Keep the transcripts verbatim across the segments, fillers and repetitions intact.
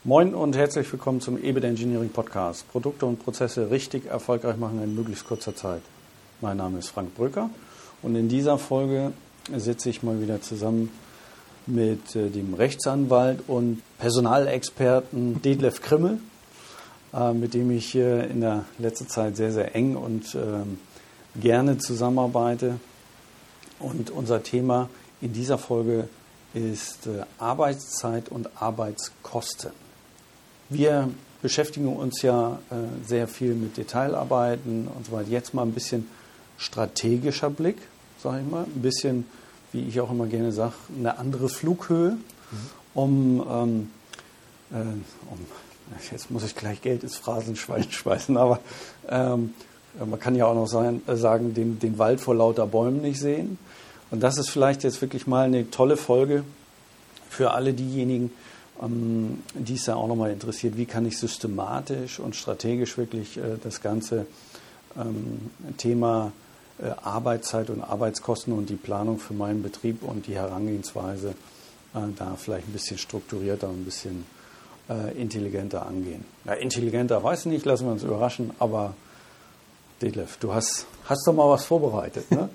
Moin und herzlich willkommen zum E B I D Engineering Podcast. Produkte und Prozesse richtig erfolgreich machen in möglichst kurzer Zeit. Mein Name ist Frank Bröker und in dieser Folge sitze ich mal wieder zusammen mit dem Rechtsanwalt und Personalexperten Detlef Krimmel, mit dem ich in der letzten Zeit sehr, sehr eng und gerne zusammenarbeite. Und unser Thema in dieser Folge ist Arbeitszeit und Arbeitskosten. Wir beschäftigen uns ja äh, sehr viel mit Detailarbeiten und so weiter. Jetzt mal ein bisschen strategischer Blick, sage ich mal. Ein bisschen, wie ich auch immer gerne sage, eine andere Flughöhe, mhm. um, ähm, äh, um, jetzt muss ich gleich Geld ins Phrasenschwein schmeißen, aber ähm, man kann ja auch noch sein, äh, sagen, den, den Wald vor lauter Bäumen nicht sehen. Und das ist vielleicht jetzt wirklich mal eine tolle Folge für alle diejenigen, die es ja auch nochmal interessiert, wie kann ich systematisch und strategisch wirklich äh, das ganze ähm, Thema äh, Arbeitszeit und Arbeitskosten und die Planung für meinen Betrieb und die Herangehensweise äh, da vielleicht ein bisschen strukturierter und ein bisschen äh, intelligenter angehen. Ja, intelligenter weiß ich nicht, lassen wir uns überraschen, aber Detlef, du hast, hast doch mal was vorbereitet, ne?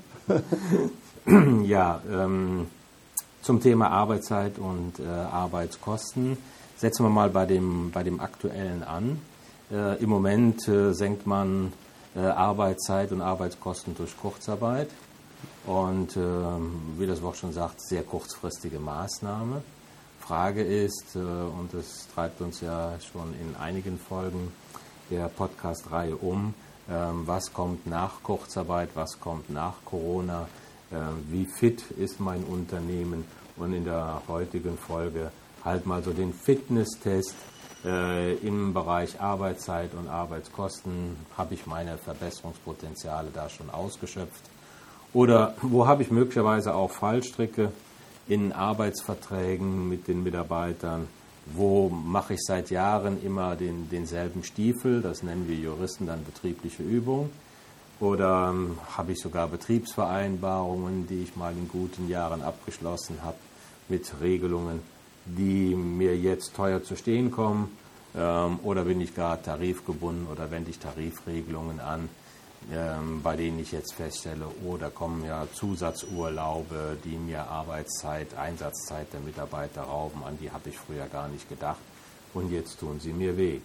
Ja, ähm... Zum Thema Arbeitszeit und äh, Arbeitskosten setzen wir mal bei dem, bei dem Aktuellen an. Äh, Im Moment äh, senkt man äh, Arbeitszeit und Arbeitskosten durch Kurzarbeit und äh, wie das Wort schon sagt, sehr kurzfristige Maßnahme. Frage ist, äh, und das treibt uns ja schon in einigen Folgen der Podcast-Reihe um, äh, was kommt nach Kurzarbeit, was kommt nach Corona? Wie fit ist mein Unternehmen? Und in der heutigen Folge halt mal so den Fitnesstest äh, im Bereich Arbeitszeit und Arbeitskosten. Habe ich meine Verbesserungspotenziale da schon ausgeschöpft? Oder wo habe ich möglicherweise auch Fallstricke in Arbeitsverträgen mit den Mitarbeitern? Wo mache ich seit Jahren immer den, denselben Stiefel? Das nennen wir Juristen dann betriebliche Übung. Oder ähm, habe ich sogar Betriebsvereinbarungen, die ich mal in guten Jahren abgeschlossen habe, mit Regelungen, die mir jetzt teuer zu stehen kommen? Ähm, oder bin ich gar tarifgebunden oder wende ich Tarifregelungen an, ähm, bei denen ich jetzt feststelle, oh, da kommen ja Zusatzurlaube, die mir Arbeitszeit, Einsatzzeit der Mitarbeiter rauben, an die habe ich früher gar nicht gedacht und jetzt tun sie mir weh.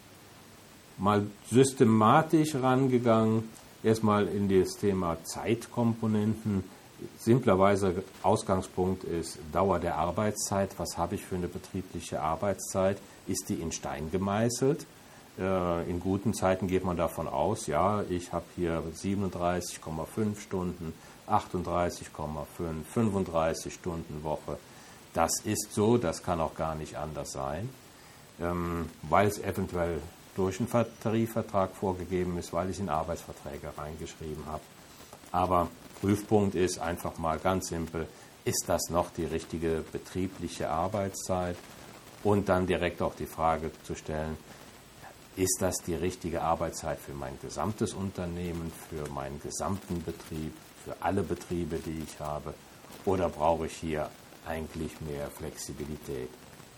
Mal systematisch rangegangen, erstmal in das Thema Zeitkomponenten. Simplerweise Ausgangspunkt ist Dauer der Arbeitszeit. Was habe ich für eine betriebliche Arbeitszeit? Ist die in Stein gemeißelt? In guten Zeiten geht man davon aus, ja, ich habe hier siebenunddreißig Komma fünf Stunden, achtunddreißig Komma fünf, fünfunddreißig Stunden Woche. Das ist so, das kann auch gar nicht anders sein, weil es eventuell durch einen Tarifvertrag vorgegeben ist, weil ich in Arbeitsverträge reingeschrieben habe. Aber Prüfpunkt ist einfach mal ganz simpel, ist das noch die richtige betriebliche Arbeitszeit? Und dann direkt auch die Frage zu stellen, ist das die richtige Arbeitszeit für mein gesamtes Unternehmen, für meinen gesamten Betrieb, für alle Betriebe, die ich habe? Oder brauche ich hier eigentlich mehr Flexibilität?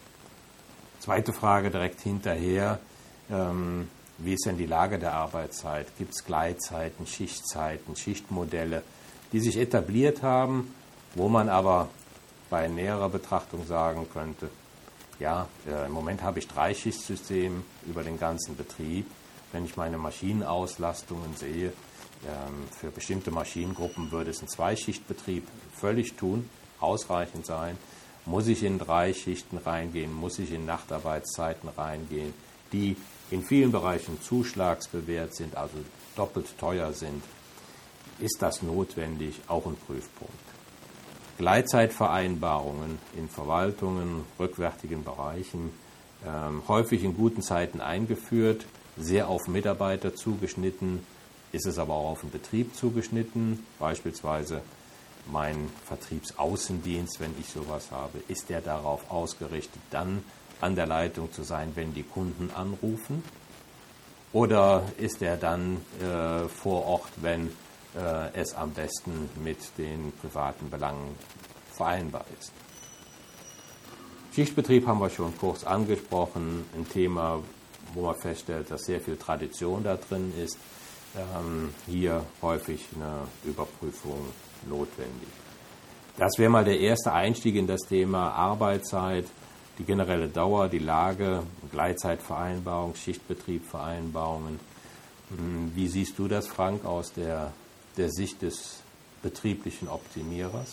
Zweite Frage direkt hinterher. Ähm, wie ist denn die Lage der Arbeitszeit? Gibt es Gleitzeiten, Schichtzeiten, Schichtmodelle, die sich etabliert haben, wo man aber bei näherer Betrachtung sagen könnte, ja, äh, im Moment habe ich drei Schichtsystem über den ganzen Betrieb. Wenn ich meine Maschinenauslastungen sehe, ähm, für bestimmte Maschinengruppen würde es ein Zweischichtbetrieb völlig tun, ausreichend sein. Muss ich in drei Schichten reingehen, muss ich in Nachtarbeitszeiten reingehen, die in vielen Bereichen zuschlagsbewehrt sind, also doppelt teuer sind, ist das notwendig, auch ein Prüfpunkt. Gleitzeitvereinbarungen in Verwaltungen, rückwärtigen Bereichen, ähm, häufig in guten Zeiten eingeführt, sehr auf Mitarbeiter zugeschnitten, ist es aber auch auf den Betrieb zugeschnitten, beispielsweise mein Vertriebsaußendienst, wenn ich sowas habe, ist der darauf ausgerichtet, dann an der Leitung zu sein, wenn die Kunden anrufen? Oder ist er dann äh, vor Ort, wenn äh, es am besten mit den privaten Belangen vereinbar ist? Schichtbetrieb haben wir schon kurz angesprochen, ein Thema, wo man feststellt, dass sehr viel Tradition da drin ist. Ähm, hier häufig eine Überprüfung notwendig. Das wäre mal der erste Einstieg in das Thema Arbeitszeit, die generelle Dauer, die Lage, Gleitzeitvereinbarung, Schichtbetriebvereinbarungen. Wie siehst du das, Frank, aus der, der Sicht des betrieblichen Optimierers?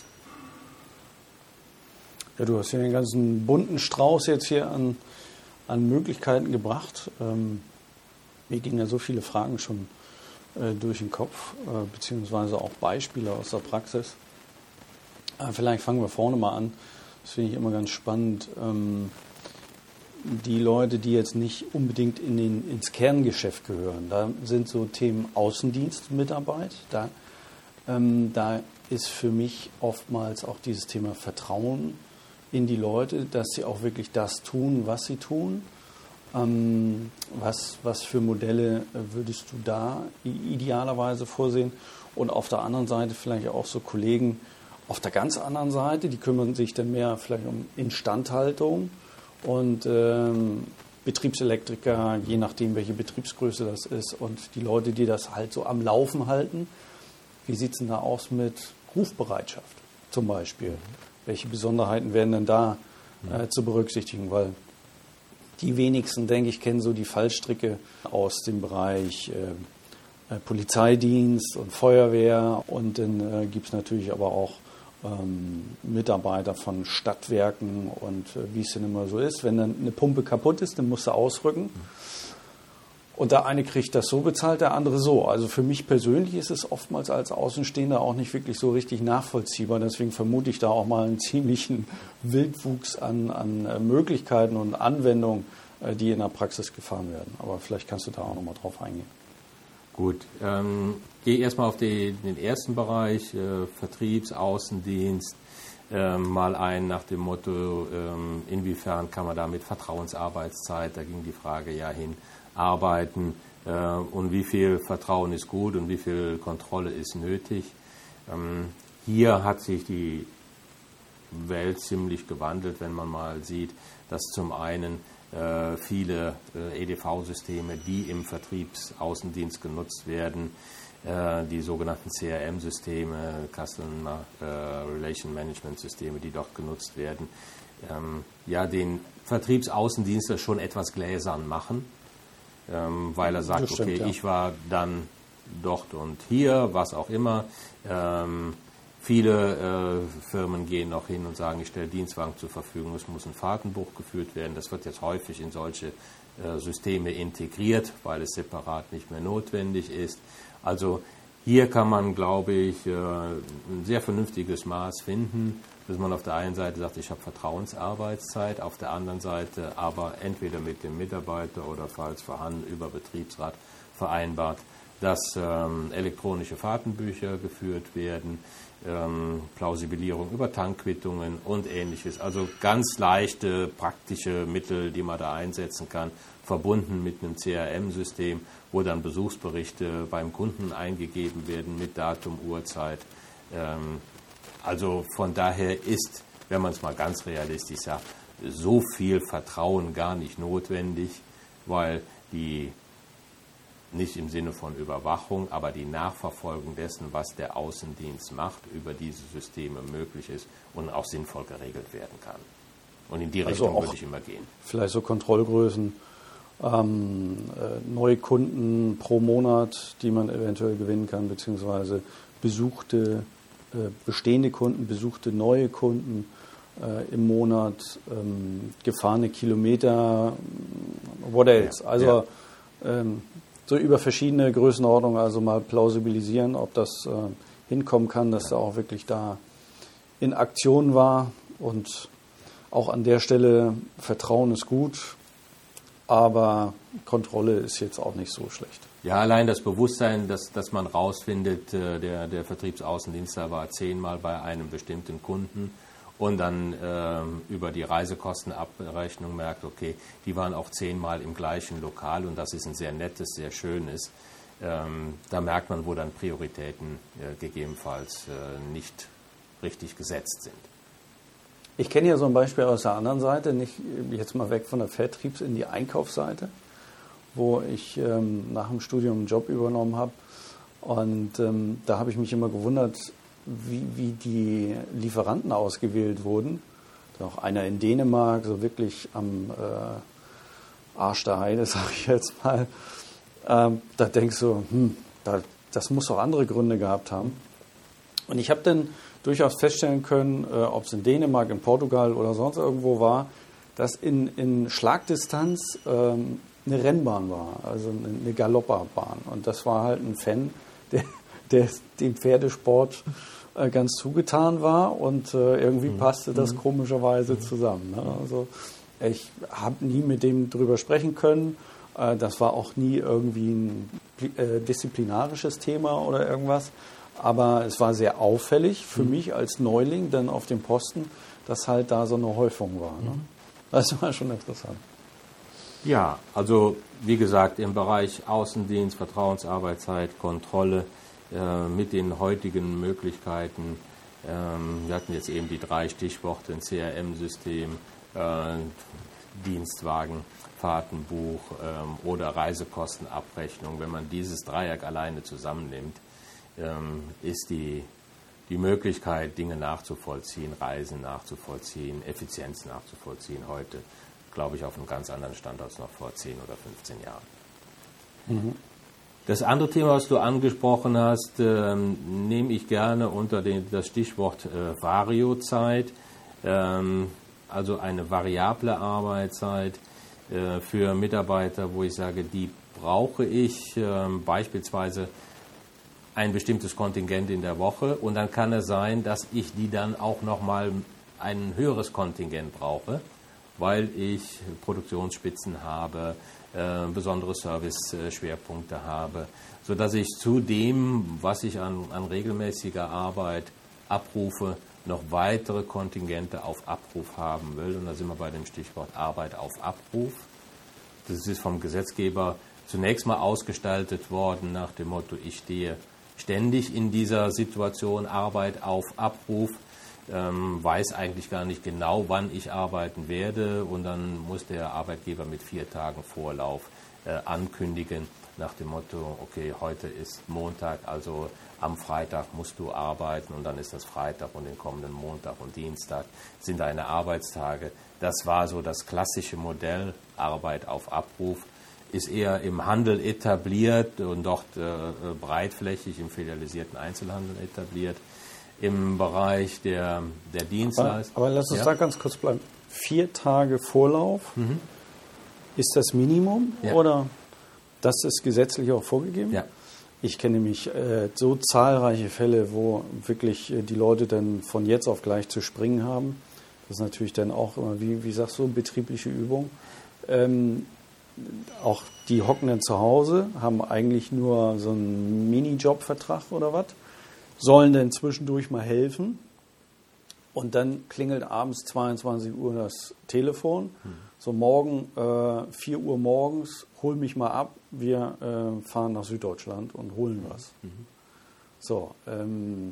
Ja, du hast ja den ganzen bunten Strauß jetzt hier an, an Möglichkeiten gebracht. Ähm, mir gingen ja so viele Fragen schon äh, durch den Kopf, äh, beziehungsweise auch Beispiele aus der Praxis. Äh, vielleicht fangen wir vorne mal an. Das finde ich immer ganz spannend. Ähm, die Leute, die jetzt nicht unbedingt in den, ins Kerngeschäft gehören, da sind so Themen Außendienstmitarbeit. Da, ähm, da ist für mich oftmals auch dieses Thema Vertrauen in die Leute, dass sie auch wirklich das tun, was sie tun. Ähm, was, was für Modelle würdest du da idealerweise vorsehen? Und auf der anderen Seite vielleicht auch so Kollegen auf der ganz anderen Seite, die kümmern sich dann mehr vielleicht um Instandhaltung und ähm, Betriebselektriker, je nachdem, welche Betriebsgröße das ist, und die Leute, die das halt so am Laufen halten. Wie sieht es denn da aus mit Rufbereitschaft zum Beispiel? Welche Besonderheiten werden denn da äh, zu berücksichtigen? Weil die wenigsten, denke ich, kennen so die Fallstricke aus dem Bereich äh, äh, Polizeidienst und Feuerwehr. Und dann äh, gibt es natürlich aber auch ähm, Mitarbeiter von Stadtwerken und äh, wie es denn immer so ist. Wenn dann eine Pumpe kaputt ist, dann musst du ausrücken. Und der eine kriegt das so bezahlt, der andere so. Also für mich persönlich ist es oftmals als Außenstehender auch nicht wirklich so richtig nachvollziehbar. Deswegen vermute ich da auch mal einen ziemlichen Wildwuchs an, an Möglichkeiten und Anwendungen, die in der Praxis gefahren werden. Aber vielleicht kannst du da auch nochmal drauf eingehen. Gut, ähm, gehe erstmal auf die, den ersten Bereich, äh, Vertriebs-, Außendienst, äh, mal ein nach dem Motto, äh, inwiefern kann man da mit Vertrauensarbeitszeit, da ging die Frage ja hin, arbeiten äh, und wie viel Vertrauen ist gut und wie viel Kontrolle ist nötig. Ähm, hier hat sich die Welt ziemlich gewandelt, wenn man mal sieht, dass zum einen äh, viele äh, E D V-Systeme, die im Vertriebsaußendienst genutzt werden, äh, die sogenannten C R M-Systeme, Customer äh, Relation Management-Systeme, die dort genutzt werden, ähm, ja den Vertriebsaußendienstler schon etwas gläsern machen, ähm, weil er sagt, stimmt, okay, ja. ich war dann dort und hier, was auch immer. Ähm, Viele äh, Firmen gehen noch hin und sagen, ich stelle Dienstwagen zur Verfügung, es muss ein Fahrtenbuch geführt werden. Das wird jetzt häufig in solche äh, Systeme integriert, weil es separat nicht mehr notwendig ist. Also hier kann man, glaube ich, äh, ein sehr vernünftiges Maß finden, dass man auf der einen Seite sagt, ich habe Vertrauensarbeitszeit, auf der anderen Seite aber entweder mit dem Mitarbeiter oder falls vorhanden über Betriebsrat vereinbart, dass ähm, elektronische Fahrtenbücher geführt werden, ähm, Plausibilierung über Tankquittungen und Ähnliches. Also ganz leichte, praktische Mittel, die man da einsetzen kann, verbunden mit einem C R M-System, wo dann Besuchsberichte beim Kunden eingegeben werden mit Datum, Uhrzeit. Ähm, also von daher ist, wenn man es mal ganz realistisch sagt, so viel Vertrauen gar nicht notwendig, weil die nicht im Sinne von Überwachung, aber die Nachverfolgung dessen, was der Außendienst macht, über diese Systeme möglich ist und auch sinnvoll geregelt werden kann. Und in die also Richtung würde ich immer gehen. Vielleicht so Kontrollgrößen, ähm, äh, neue Kunden pro Monat, die man eventuell gewinnen kann, beziehungsweise besuchte, äh, bestehende Kunden, besuchte neue Kunden äh, im Monat, ähm, gefahrene Kilometer, what else. Also ja. ähm, so über verschiedene Größenordnungen, also mal plausibilisieren, ob das äh, hinkommen kann, dass er auch wirklich da in Aktion war. Und auch an der Stelle, Vertrauen ist gut, aber Kontrolle ist jetzt auch nicht so schlecht. Ja, allein das Bewusstsein, dass, dass man rausfindet, äh, der, der Vertriebsaußendienstler war zehnmal bei einem bestimmten Kunden und dann ähm, über die Reisekostenabrechnung merkt, okay, die waren auch zehnmal im gleichen Lokal und das ist ein sehr nettes, sehr schönes. Ähm, da merkt man, wo dann Prioritäten äh, gegebenenfalls äh, nicht richtig gesetzt sind. Ich kenne ja so ein Beispiel aus der anderen Seite, nicht jetzt mal weg von der Vertriebs- in die Einkaufsseite, wo ich ähm, nach dem Studium einen Job übernommen habe. Und ähm, da habe ich mich immer gewundert, wie, wie die Lieferanten ausgewählt wurden. Da auch einer in Dänemark, so wirklich am äh, Arsch der Heide, sage ich jetzt mal. Ähm, da denkst du, hm, da, das muss auch andere Gründe gehabt haben. Und ich habe dann durchaus feststellen können, äh, ob es in Dänemark, in Portugal oder sonst irgendwo war, dass in, in Schlagdistanz ähm, eine Rennbahn war, also eine Galopperbahn. Und das war halt ein Fan, der, der dem Pferdesport äh, ganz zugetan war und äh, irgendwie mhm. passte das mhm. komischerweise mhm. zusammen. Ne? Also ich habe nie mit dem drüber sprechen können. Äh, das war auch nie irgendwie ein äh, disziplinarisches Thema oder irgendwas. Aber es war sehr auffällig für mhm. mich als Neuling dann auf dem Posten, dass halt da so eine Häufung war. Ne? Das war schon interessant. Ja, also wie gesagt, im Bereich Außendienst, Vertrauensarbeitszeit, Kontrolle äh, mit den heutigen Möglichkeiten. Ähm, wir hatten jetzt eben die drei Stichworte, ein C R M-System, äh, Dienstwagen, Fahrtenbuch ähm, oder Reisekostenabrechnung. Wenn man dieses Dreieck alleine zusammennimmt, ähm, ist die, die Möglichkeit, Dinge nachzuvollziehen, Reisen nachzuvollziehen, Effizienz nachzuvollziehen, heute, glaube ich, auf einem ganz anderen Stand als noch vor zehn oder fünfzehn Jahren. Mhm. Das andere Thema, was du angesprochen hast, ähm, nehme ich gerne unter den, das Stichwort äh, Variozeit, ähm, also eine variable Arbeitszeit äh, für Mitarbeiter, wo ich sage, die brauche ich äh, beispielsweise ein bestimmtes Kontingent in der Woche und dann kann es sein, dass ich die dann auch nochmal ein höheres Kontingent brauche, weil ich Produktionsspitzen habe, äh, besondere Service-Schwerpunkte habe, sodass ich zu dem, was ich an, an regelmäßiger Arbeit abrufe, noch weitere Kontingente auf Abruf haben will. Und da sind wir bei dem Stichwort Arbeit auf Abruf. Das ist vom Gesetzgeber zunächst mal ausgestaltet worden nach dem Motto, ich stehe ständig in dieser Situation Arbeit auf Abruf, ähm, weiß eigentlich gar nicht genau, wann ich arbeiten werde und dann muss der Arbeitgeber mit vier Tagen Vorlauf äh, ankündigen nach dem Motto, okay, heute ist Montag, also am Freitag musst du arbeiten und dann ist das Freitag und den kommenden Montag und Dienstag sind deine Arbeitstage. Das war so das klassische Modell, Arbeit auf Abruf. Ist eher im Handel etabliert und dort äh, breitflächig im filialisierten Einzelhandel etabliert. Im Bereich der, der Dienstleistung. Aber, aber lass uns ja. da ganz kurz bleiben. Vier Tage Vorlauf, mhm. ist das Minimum ja. oder das ist gesetzlich auch vorgegeben? Ja. Ich kenne nämlich äh, so zahlreiche Fälle, wo wirklich äh, die Leute dann von jetzt auf gleich zu springen haben. Das ist natürlich dann auch immer, wie, wie sagst du, betriebliche Übung. Ähm, Auch die hocken dann zu Hause, haben eigentlich nur so einen Minijobvertrag oder was, sollen dann zwischendurch mal helfen und dann klingelt abends zweiundzwanzig Uhr das Telefon. Hm. So morgen, äh, vier Uhr morgens, hol mich mal ab, wir äh, fahren nach Süddeutschland und holen was. Mhm. So, ähm,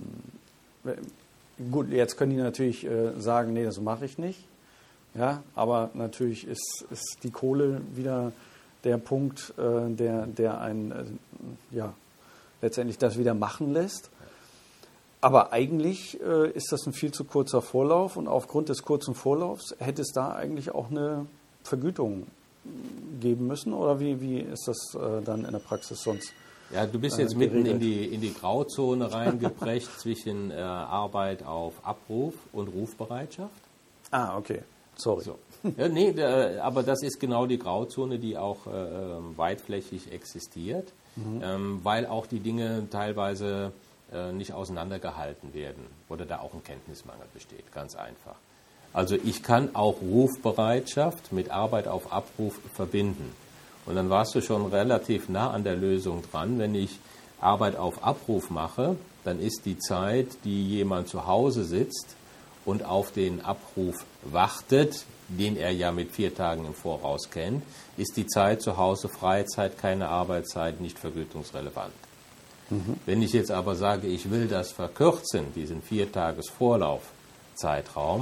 gut, jetzt können die natürlich äh, sagen, nee, das mache ich nicht. Ja, aber natürlich ist, ist die Kohle wieder der Punkt, äh, der, der einen äh, ja, letztendlich das wieder machen lässt. Aber eigentlich äh, ist das ein viel zu kurzer Vorlauf und aufgrund des kurzen Vorlaufs hätte es da eigentlich auch eine Vergütung geben müssen oder wie, wie ist das äh, dann in der Praxis sonst? Ja, du bist jetzt äh, mitten in die, in die Grauzone reingeprägt zwischen äh, Arbeit auf Abruf und Rufbereitschaft. Ah, okay. Sorry. So. Ja, nee, äh, aber das ist genau die Grauzone, die auch äh, weitflächig existiert, mhm. ähm, weil auch die Dinge teilweise äh, nicht auseinandergehalten werden oder da auch ein Kenntnismangel besteht, ganz einfach. Also ich kann auch Rufbereitschaft mit Arbeit auf Abruf verbinden. Und dann warst du schon relativ nah an der Lösung dran. Wenn ich Arbeit auf Abruf mache, dann ist die Zeit, die jemand zu Hause sitzt und auf den Abruf wartet, den er ja mit vier Tagen im Voraus kennt, ist die Zeit zu Hause Freizeit, keine Arbeitszeit, nicht vergütungsrelevant. Mhm. Wenn ich jetzt aber sage, ich will das verkürzen, diesen vier Tages Vorlaufzeitraum,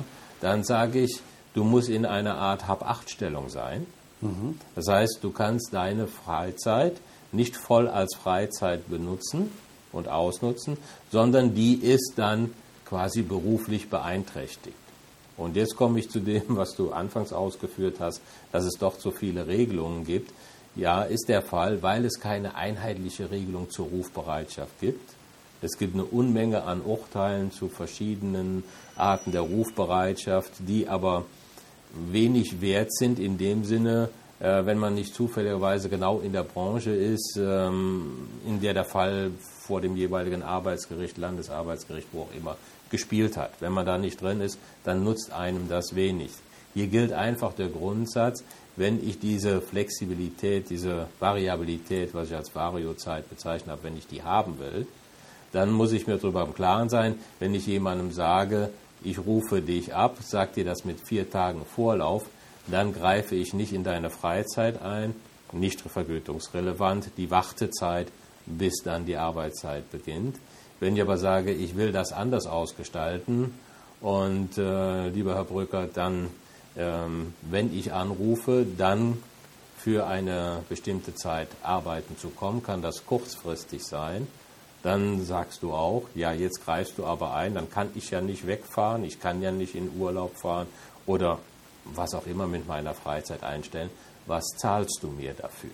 dann sage ich, du musst in einer Art Hab-Acht-Stellung sein. Mhm. Das heißt, du kannst deine Freizeit nicht voll als Freizeit benutzen und ausnutzen, sondern die ist dann quasi beruflich beeinträchtigt. Und jetzt komme ich zu dem, was du anfangs ausgeführt hast, dass es doch so viele Regelungen gibt. Ja, ist der Fall, weil es keine einheitliche Regelung zur Rufbereitschaft gibt. Es gibt eine Unmenge an Urteilen zu verschiedenen Arten der Rufbereitschaft, die aber wenig wert sind in dem Sinne, äh, wenn man nicht zufälligerweise genau in der Branche ist, ähm, in der der Fall vor dem jeweiligen Arbeitsgericht, Landesarbeitsgericht, wo auch immer, gespielt hat. Wenn man da nicht drin ist, dann nutzt einem das wenig. Hier gilt einfach der Grundsatz, wenn ich diese Flexibilität, diese Variabilität, was ich als Variozeit bezeichnet habe, wenn ich die haben will, dann muss ich mir darüber im Klaren sein, wenn ich jemandem sage, ich rufe dich ab, sag dir das mit vier Tagen Vorlauf, dann greife ich nicht in deine Freizeit ein, nicht vergütungsrelevant, die Wartezeit, bis dann die Arbeitszeit beginnt. Wenn ich aber sage, ich will das anders ausgestalten und äh, lieber Herr Brücker, dann, ähm, wenn ich anrufe, dann für eine bestimmte Zeit arbeiten zu kommen, kann das kurzfristig sein. Dann sagst du auch, ja, jetzt greifst du aber ein, dann kann ich ja nicht wegfahren, ich kann ja nicht in Urlaub fahren oder was auch immer mit meiner Freizeit einstellen. Was zahlst du mir dafür?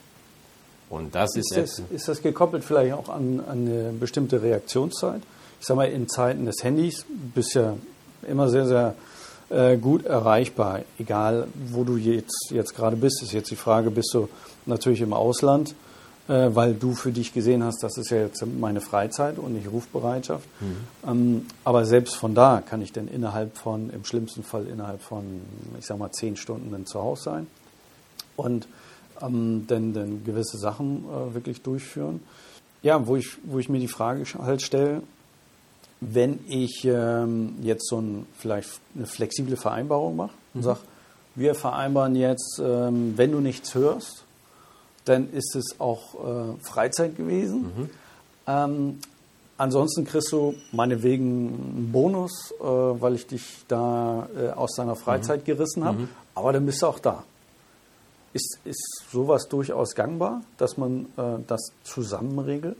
Und das ist, ist, das, ist das gekoppelt vielleicht auch an, an eine bestimmte Reaktionszeit? Ich sage mal, in Zeiten des Handys bist du ja immer sehr, sehr äh, gut erreichbar. Egal, wo du jetzt, jetzt gerade bist, ist jetzt die Frage, bist du natürlich im Ausland, äh, weil du für dich gesehen hast, das ist ja jetzt meine Freizeit und nicht Rufbereitschaft. Mhm. Ähm, aber selbst von da kann ich dann innerhalb von, im schlimmsten Fall innerhalb von, ich sage mal, zehn Stunden dann zu Hause sein. Und Ähm, denn, denn gewisse Sachen äh, wirklich durchführen. Ja, wo ich, wo ich mir die Frage halt stelle, wenn ich ähm, jetzt so ein, vielleicht eine flexible Vereinbarung mache und mhm. sage, wir vereinbaren jetzt, ähm, wenn du nichts hörst, dann ist es auch äh, Freizeit gewesen. Mhm. Ähm, ansonsten kriegst du meinetwegen einen Bonus, äh, weil ich dich da äh, aus deiner Freizeit mhm. gerissen habe, mhm. aber dann bist du auch da. Ist, ist sowas durchaus gangbar, dass man äh, das zusammenregelt?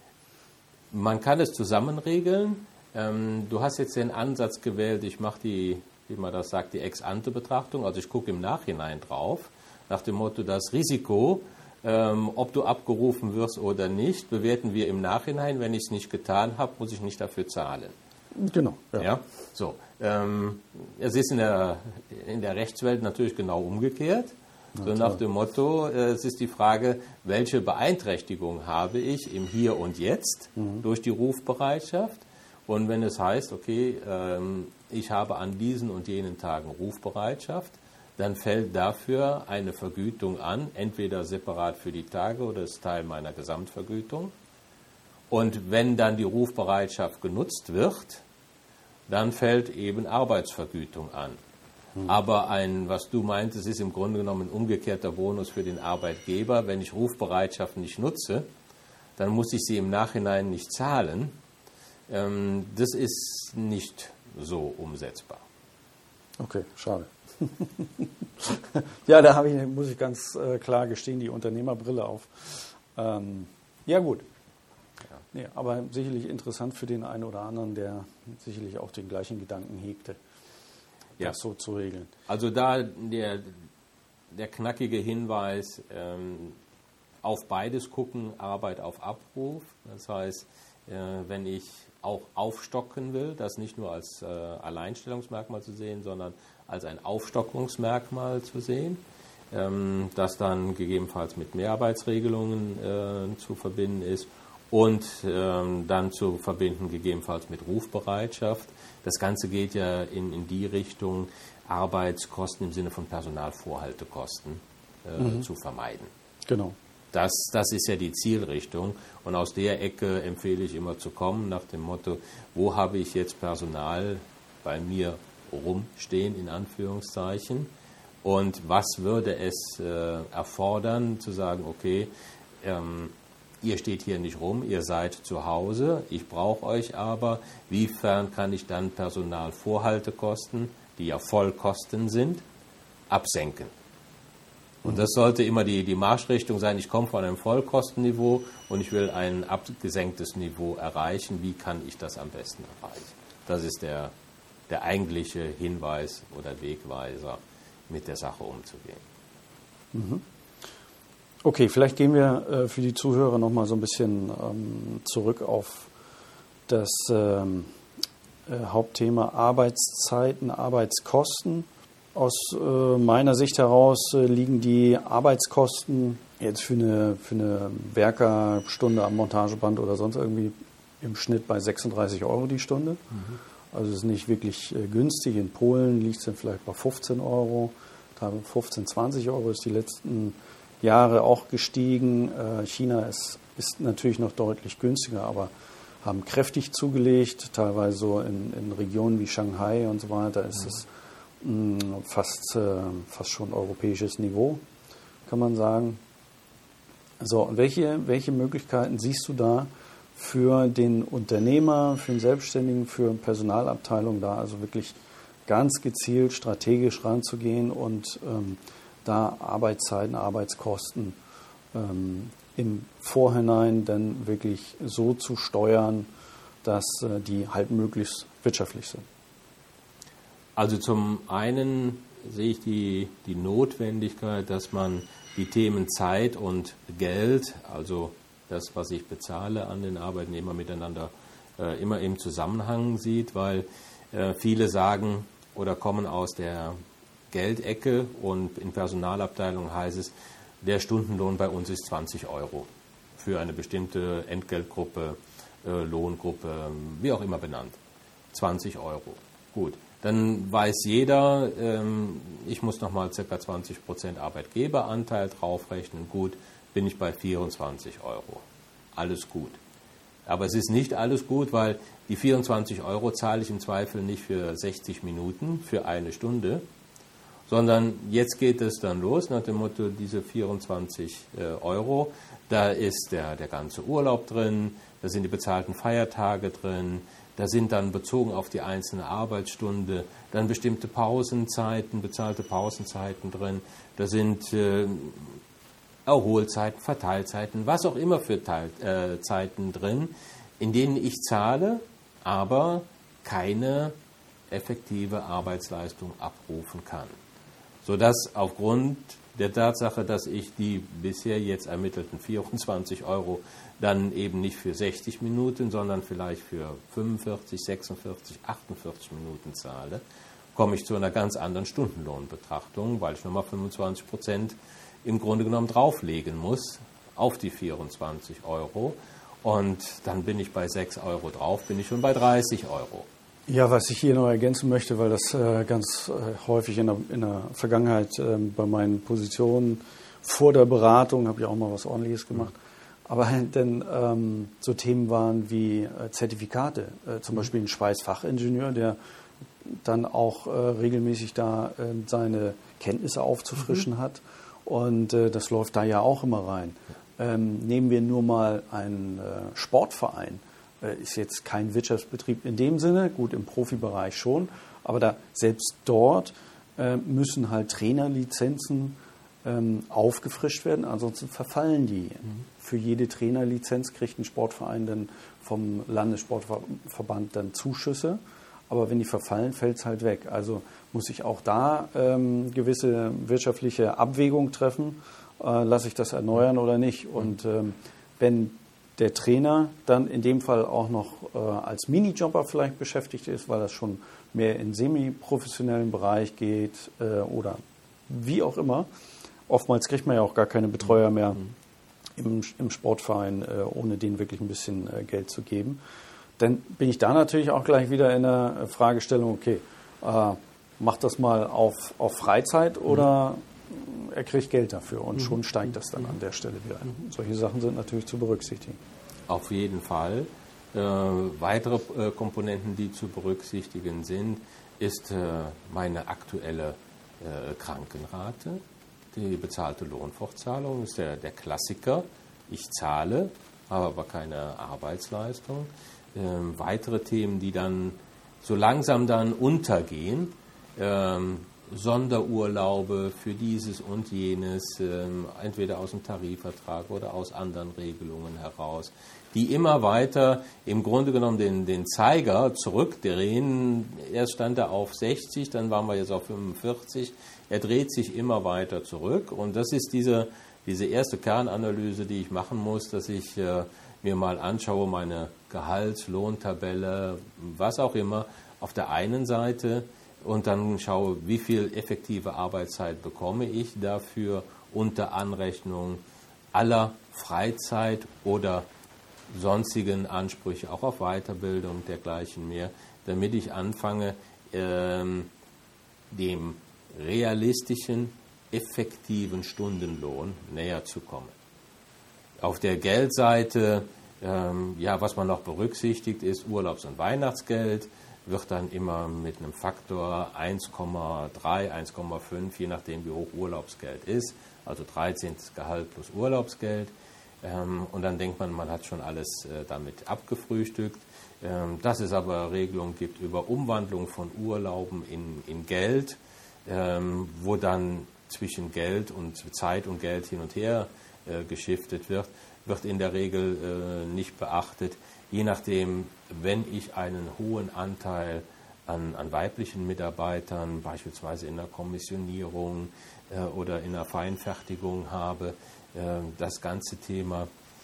Man kann es zusammenregeln. Ähm, du hast jetzt den Ansatz gewählt, ich mache die, wie man das sagt, die Ex-ante-Betrachtung. Also ich gucke im Nachhinein drauf, nach dem Motto, das Risiko, ähm, ob du abgerufen wirst oder nicht, bewerten wir im Nachhinein. Wenn ich es nicht getan habe, muss ich nicht dafür zahlen. Genau. Ja. Ja? So, ähm, es ist in der, in der Rechtswelt natürlich genau umgekehrt. So nach dem Motto, äh, es ist die Frage, welche Beeinträchtigung habe ich im Hier und Jetzt mhm. durch die Rufbereitschaft? Und wenn es heißt, okay, ähm, ich habe an diesen und jenen Tagen Rufbereitschaft, dann fällt dafür eine Vergütung an, entweder separat für die Tage oder ist Teil meiner Gesamtvergütung. Und wenn dann die Rufbereitschaft genutzt wird, dann fällt eben Arbeitsvergütung an. Aber ein, was du meintest, ist im Grunde genommen ein umgekehrter Bonus für den Arbeitgeber. Wenn ich Rufbereitschaft nicht nutze, dann muss ich sie im Nachhinein nicht zahlen. Ähm, das ist nicht so umsetzbar. Okay, schade. Ja, da habe ich, muss ich ganz äh, klar gestehen, die Unternehmerbrille auf. Ähm, ja, gut. Ja. Nee, aber sicherlich interessant für den einen oder anderen, der sicherlich auch den gleichen Gedanken hegte. Ja. Das so zu regeln. Also da der, der knackige Hinweis, ähm, auf beides gucken, Arbeit auf Abruf. Das heißt, äh, wenn ich auch aufstocken will, das nicht nur als äh, Alleinstellungsmerkmal zu sehen, sondern als ein Aufstockungsmerkmal zu sehen, ähm, das dann gegebenenfalls mit Mehrarbeitsregelungen äh, zu verbinden ist und ähm, dann zu verbinden gegebenenfalls mit Rufbereitschaft. Das Ganze geht ja in, in die Richtung, Arbeitskosten im Sinne von Personalvorhaltekosten äh, mhm. zu vermeiden. Genau. Das, das ist ja die Zielrichtung. Und aus der Ecke empfehle ich immer zu kommen, nach dem Motto, wo habe ich jetzt Personal bei mir rumstehen, in Anführungszeichen, und was würde es äh, erfordern, zu sagen, okay, ähm, ihr steht hier nicht rum, ihr seid zu Hause, ich brauche euch aber. Wiefern kann ich dann Personalvorhaltekosten, die ja Vollkosten sind, absenken. Und das sollte immer die, die Marschrichtung sein. Ich komme von einem Vollkostenniveau und ich will ein abgesenktes Niveau erreichen. Wie kann ich das am besten erreichen? Das ist der, der eigentliche Hinweis oder Wegweiser, mit der Sache umzugehen. Mhm. Okay, vielleicht gehen wir äh, für die Zuhörer noch mal so ein bisschen ähm, zurück auf das ähm, äh, Hauptthema Arbeitszeiten, Arbeitskosten. Aus äh, meiner Sicht heraus äh, liegen die Arbeitskosten jetzt für eine, für eine Werkerstunde am Montageband oder sonst irgendwie im Schnitt bei sechsunddreißig Euro die Stunde. Mhm. Also es ist nicht wirklich äh, günstig. In Polen liegt es dann vielleicht bei fünfzehn Euro, teilweise fünfzehn, zwanzig Euro ist die letzten Jahre auch gestiegen. Äh, China ist, ist natürlich noch deutlich günstiger, aber haben kräftig zugelegt, teilweise so in, in Regionen wie Shanghai und so weiter ist mhm. es Fast, äh, fast schon europäisches Niveau, kann man sagen. So, und welche, welche Möglichkeiten siehst du da für den Unternehmer, für den Selbstständigen, für Personalabteilung da, also wirklich ganz gezielt strategisch ranzugehen und ähm, da Arbeitszeiten, Arbeitskosten ähm, im Vorhinein dann wirklich so zu steuern, dass äh, die halt möglichst wirtschaftlich sind? Also zum einen sehe ich die, die Notwendigkeit, dass man die Themen Zeit und Geld, also das, was ich bezahle an den Arbeitnehmer miteinander, äh, immer im Zusammenhang sieht, weil äh, viele sagen oder kommen aus der Geldecke und in Personalabteilung heißt es, der Stundenlohn bei uns ist zwanzig Euro für eine bestimmte Entgeltgruppe, äh, Lohngruppe, wie auch immer benannt. zwanzig Euro. Gut. Dann weiß jeder, ähm, ich muss nochmal ca. zwanzig Prozent Arbeitgeberanteil draufrechnen. Gut, bin ich bei vierundzwanzig Euro. Alles gut. Aber es ist nicht alles gut, weil die vierundzwanzig Euro zahle ich im Zweifel nicht für sechzig Minuten, für eine Stunde, sondern jetzt geht es dann los nach dem Motto, diese vierundzwanzig Euro, da ist der, der ganze Urlaub drin, da sind die bezahlten Feiertage drin, da sind dann bezogen auf die einzelne Arbeitsstunde dann bestimmte Pausenzeiten, bezahlte Pausenzeiten drin. Da sind äh, Erholzeiten, Verteilzeiten, was auch immer für Teil, äh, Zeiten drin, in denen ich zahle, aber keine effektive Arbeitsleistung abrufen kann. Sodass aufgrund der Tatsache, dass ich die bisher jetzt ermittelten vierundzwanzig Euro dann eben nicht für sechzig Minuten, sondern vielleicht für fünfundvierzig, sechsundvierzig, achtundvierzig Minuten zahle, komme ich zu einer ganz anderen Stundenlohnbetrachtung, weil ich nochmal fünfundzwanzig Prozent im Grunde genommen drauflegen muss auf die vierundzwanzig Euro. Und dann bin ich bei sechs Euro drauf, bin ich schon bei dreißig Euro. Ja, was ich hier noch ergänzen möchte, weil das äh, ganz äh, häufig in der, in der Vergangenheit äh, bei meinen Positionen vor der Beratung, habe ich auch mal was Ordentliches gemacht, mhm. aber dann ähm, so Themen waren wie äh, Zertifikate, äh, zum mhm. Beispiel ein Schweißfachingenieur, der dann auch äh, regelmäßig da äh, seine Kenntnisse aufzufrischen mhm. hat und äh, das läuft da ja auch immer rein. Ähm, nehmen wir nur mal einen äh, Sportverein. Ist jetzt kein Wirtschaftsbetrieb in dem Sinne, gut im Profibereich schon, aber da selbst dort äh, müssen halt Trainerlizenzen ähm, aufgefrischt werden, ansonsten verfallen die. Mhm. Für jede Trainerlizenz kriegt ein Sportverein dann vom Landessportverband dann Zuschüsse, aber wenn die verfallen, fällt es halt weg. Also muss ich auch da ähm, gewisse wirtschaftliche Abwägung treffen, äh, lasse ich das erneuern oder nicht. Mhm. Und ähm, wenn der Trainer dann in dem Fall auch noch äh, als Minijobber vielleicht beschäftigt ist, weil das schon mehr in semi-professionellen Bereich geht äh, oder wie auch immer. Oftmals kriegt man ja auch gar keine Betreuer mehr mhm. im, im Sportverein, äh, ohne denen wirklich ein bisschen äh, Geld zu geben. Dann bin ich da natürlich auch gleich wieder in der Fragestellung, okay, äh, macht das mal auf, auf Freizeit oder mhm. er kriegt Geld dafür und mhm. schon steigt das dann an der Stelle wieder. Mhm. Solche Sachen sind natürlich zu berücksichtigen. Auf jeden Fall. Äh, weitere äh, Komponenten, die zu berücksichtigen sind, ist äh, meine aktuelle äh, Krankenrate. Die bezahlte Lohnfortzahlung ist der, der Klassiker. Ich zahle, habe aber keine Arbeitsleistung. Äh, weitere Themen, die dann so langsam dann untergehen, ähm, Sonderurlaube für dieses und jenes, ähm, entweder aus dem Tarifvertrag oder aus anderen Regelungen heraus, die immer weiter im Grunde genommen den, den Zeiger zurückdrehen. Erst stand er auf sechzig, dann waren wir jetzt auf fünfundvierzig. Er dreht sich immer weiter zurück und das ist diese, diese erste Kernanalyse, die ich machen muss, dass ich äh, mir mal anschaue, meine Gehalts-, Lohntabelle, was auch immer, auf der einen Seite und dann schaue, wie viel effektive Arbeitszeit bekomme ich dafür unter Anrechnung aller Freizeit oder sonstigen Ansprüche, auch auf Weiterbildung und dergleichen mehr, damit ich anfange, ähm, dem realistischen, effektiven Stundenlohn näher zu kommen. Auf der Geldseite, ähm, ja, was man noch berücksichtigt, ist Urlaubs- und Weihnachtsgeld, wird dann immer mit einem Faktor eins Komma drei, eins Komma fünf, je nachdem wie hoch Urlaubsgeld ist, also dreizehntes Gehalt plus Urlaubsgeld. Ähm, und dann denkt man, man hat schon alles äh, damit abgefrühstückt. Ähm, dass es aber Regelungen gibt über Umwandlung von Urlauben in, in Geld, ähm, wo dann zwischen Geld und Zeit und Geld hin und her äh, geschiftet wird, wird in der Regel äh, nicht beachtet. Je nachdem, wenn ich einen hohen Anteil an, an weiblichen Mitarbeitern, beispielsweise in der Kommissionierung äh, oder in der Feinfertigung habe, äh, das ganze Thema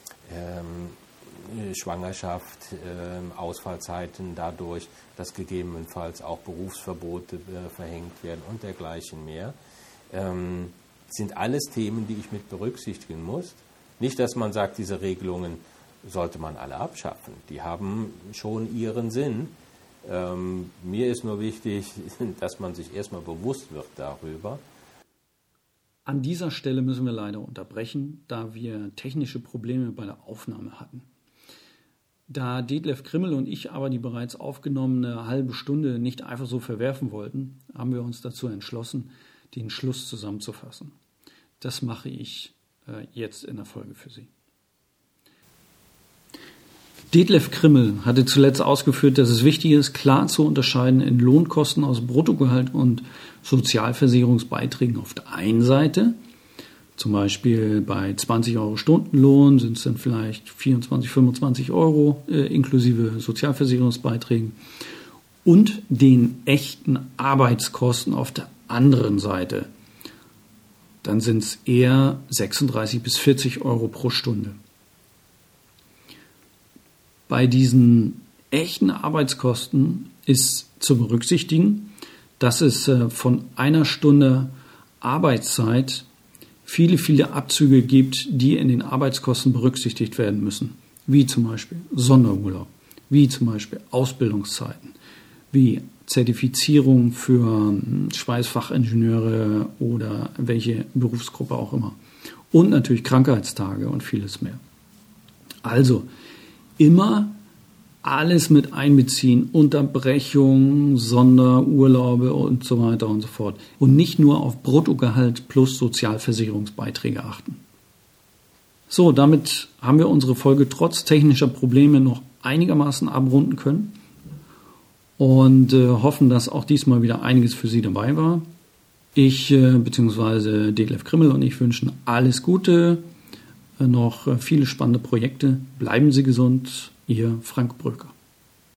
ähm, Schwangerschaft, äh, Ausfallzeiten dadurch, dass gegebenenfalls auch Berufsverbote äh, verhängt werden und dergleichen mehr, ähm, sind alles Themen, die ich mit berücksichtigen muss. Nicht, dass man sagt, diese Regelungen sollte man alle abschaffen. Die haben schon ihren Sinn. Ähm, mir ist nur wichtig, dass man sich erstmal bewusst wird darüber. An dieser Stelle müssen wir leider unterbrechen, da wir technische Probleme bei der Aufnahme hatten. Da Detlef Krimmel und ich aber die bereits aufgenommene halbe Stunde nicht einfach so verwerfen wollten, haben wir uns dazu entschlossen, den Schluss zusammenzufassen. Das mache ich äh, jetzt in der Folge für Sie. Detlef Krimmel hatte zuletzt ausgeführt, dass es wichtig ist, klar zu unterscheiden in Lohnkosten aus Bruttogehalt und Sozialversicherungsbeiträgen auf der einen Seite. Zum Beispiel bei zwanzig Euro Stundenlohn sind es dann vielleicht vierundzwanzig, fünfundzwanzig Euro äh, inklusive Sozialversicherungsbeiträgen und den echten Arbeitskosten auf der anderen Seite. Dann sind es eher sechsunddreißig bis vierzig Euro pro Stunde. Bei diesen echten Arbeitskosten ist zu berücksichtigen, dass es äh, von einer Stunde Arbeitszeit viele, viele Abzüge gibt, die in den Arbeitskosten berücksichtigt werden müssen, wie zum Beispiel Sonderurlaub, wie zum Beispiel Ausbildungszeiten, wie Zertifizierung für Schweißfachingenieure oder welche Berufsgruppe auch immer. Und natürlich Krankheitstage und vieles mehr. Also immer alles mit einbeziehen, Unterbrechung, Sonderurlaube und so weiter und so fort. Und nicht nur auf Bruttogehalt plus Sozialversicherungsbeiträge achten. So, damit haben wir unsere Folge trotz technischer Probleme noch einigermaßen abrunden können und äh, hoffen, dass auch diesmal wieder einiges für Sie dabei war. Ich äh, bzw. Detlef Krimmel und ich wünschen alles Gute, äh, noch äh, viele spannende Projekte. Bleiben Sie gesund, Ihr Frank Bröker.